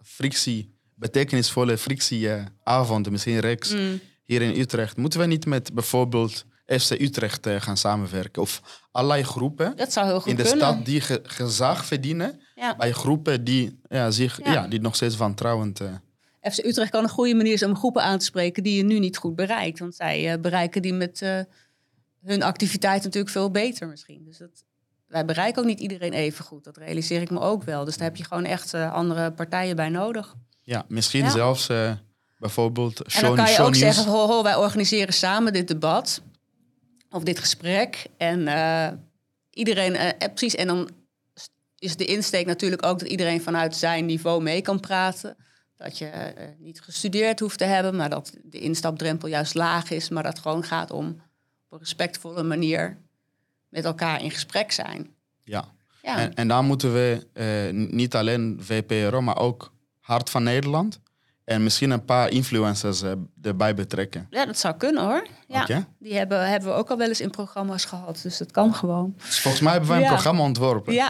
betekenisvolle frictieavonden, misschien reeks hier in Utrecht, moeten we niet met bijvoorbeeld FC Utrecht gaan samenwerken? Of allerlei groepen dat zou heel goed in de kunnen. Stad die gezag verdienen bij groepen die die nog steeds wantrouwend... FC Utrecht kan een goede manier zijn om groepen aan te spreken die je nu niet goed bereikt. Want zij bereiken die met hun activiteit natuurlijk veel beter misschien. Dus wij bereiken ook niet iedereen even goed. Dat realiseer ik me ook wel. Dus daar heb je gewoon echt andere partijen bij nodig. Ja, misschien zelfs bijvoorbeeld Show News. En dan kan je ook zeggen, wij organiseren samen dit debat. Of dit gesprek. En iedereen, precies. En dan is de insteek natuurlijk ook dat iedereen vanuit zijn niveau mee kan praten. Dat je niet gestudeerd hoeft te hebben, maar dat de instapdrempel juist laag is. Maar dat het gewoon gaat om op een respectvolle manier met elkaar in gesprek zijn. Ja. En dan moeten we niet alleen VPRO, maar ook Hart van Nederland en misschien een paar influencers erbij betrekken. Ja, dat zou kunnen hoor. Ja. Okay. Die hebben we ook al wel eens in programma's gehad, dus dat kan gewoon. Dus volgens mij hebben wij een programma ontworpen. Ja.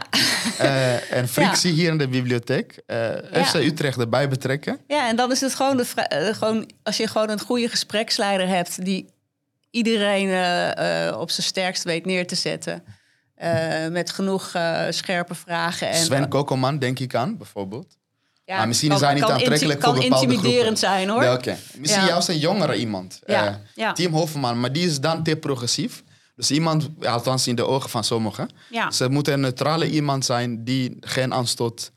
En frictie hier in de bibliotheek. FC Utrecht erbij betrekken. Ja, en dan is het gewoon als je gewoon een goede gespreksleider hebt die iedereen op zijn sterkst weet neer te zetten. Met genoeg scherpe vragen. Sven Kokkelman, denk ik aan, bijvoorbeeld. Ja, maar misschien is hij niet aantrekkelijk voor bepaalde groepen. Kan intimiderend zijn, hoor. Ja, misschien juist een jongere iemand. Team Hofman, maar die is dan te progressief. Dus iemand, althans in de ogen van sommigen. Ja. Ze moeten een neutrale iemand zijn die geen aanstoot...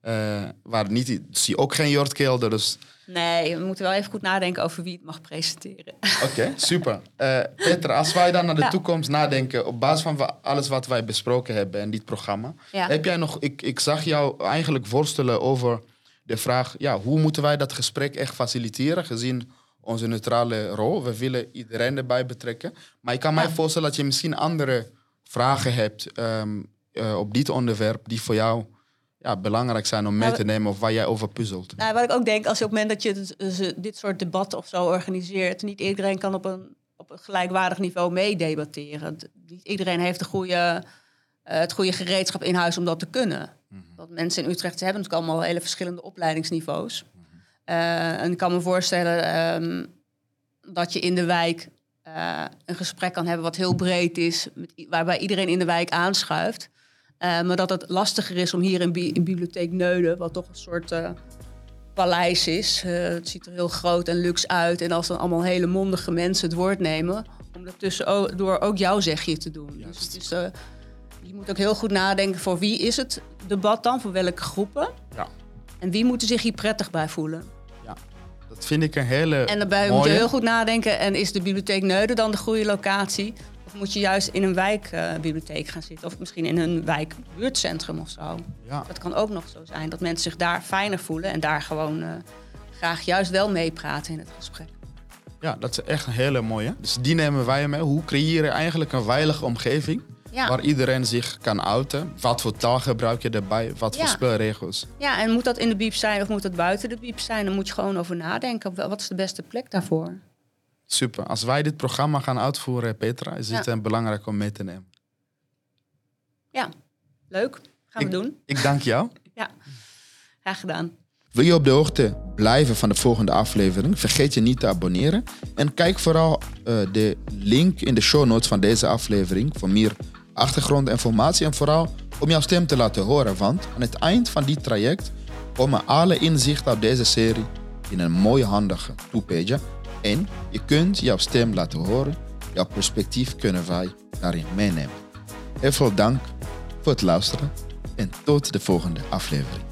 zie ook geen Jort Kelder, dus... Nee, we moeten wel even goed nadenken over wie het mag presenteren. Oké, super. Petra, als wij dan naar de toekomst nadenken... op basis van alles wat wij besproken hebben in dit programma... heb jij nog... Ik zag jou eigenlijk voorstellen over de vraag... hoe moeten wij dat gesprek echt faciliteren... gezien onze neutrale rol. We willen iedereen erbij betrekken. Maar ik kan mij voorstellen dat je misschien andere vragen hebt... op dit onderwerp die voor jou... belangrijk zijn om mee te nemen of waar jij over puzzelt. Nou, wat ik ook denk, als je op het moment dat je dit soort debatten of zo organiseert... niet iedereen kan op een gelijkwaardig niveau meedebatteren. Niet iedereen heeft het goede gereedschap in huis om dat te kunnen. Want mensen in Utrecht hebben natuurlijk allemaal hele verschillende opleidingsniveaus. En ik kan me voorstellen dat je in de wijk een gesprek kan hebben wat heel breed is... waarbij iedereen in de wijk aanschuift... maar dat het lastiger is om hier in Bibliotheek Neuden... wat toch een soort paleis is. Het ziet er heel groot en luxe uit. En als dan allemaal hele mondige mensen het woord nemen... om daartussendoor ook jouw zegje te doen. Dus je moet ook heel goed nadenken... voor wie is het debat dan? Voor welke groepen? Ja. En wie moeten zich hier prettig bij voelen? Ja. Dat vind ik een hele En daarbij mooie. moet je heel goed nadenken. En is de bibliotheek Neuden dan de goede locatie? Of moet je juist in een wijkbibliotheek gaan zitten? Of misschien in een wijkbuurtcentrum of zo? Ja. Dat kan ook nog zo zijn. Dat mensen zich daar fijner voelen. En daar gewoon graag juist wel meepraten in het gesprek. Ja, dat is echt een hele mooie. Dus die nemen wij mee. Hoe creëer je eigenlijk een veilige omgeving... Ja. waar iedereen zich kan uiten? Wat voor taal gebruik je daarbij? Wat voor spelregels? Ja, en moet dat in de biep zijn of moet dat buiten de biep zijn? Dan moet je gewoon over nadenken. Wat is de beste plek daarvoor? Super. Als wij dit programma gaan uitvoeren, Petra... is het belangrijk om mee te nemen. Ja, leuk. Gaan we doen. Ik dank jou. Ja, graag gedaan. Wil je op de hoogte blijven van de volgende aflevering? Vergeet je niet te abonneren. En kijk vooral de link in de show notes van deze aflevering... voor meer achtergrondinformatie en vooral om jouw stem te laten horen. Want aan het eind van die traject komen alle inzichten uit deze serie in een mooie handige two-pager. En je kunt jouw stem laten horen. Jouw perspectief kunnen wij daarin meenemen. Heel veel dank voor het luisteren en tot de volgende aflevering.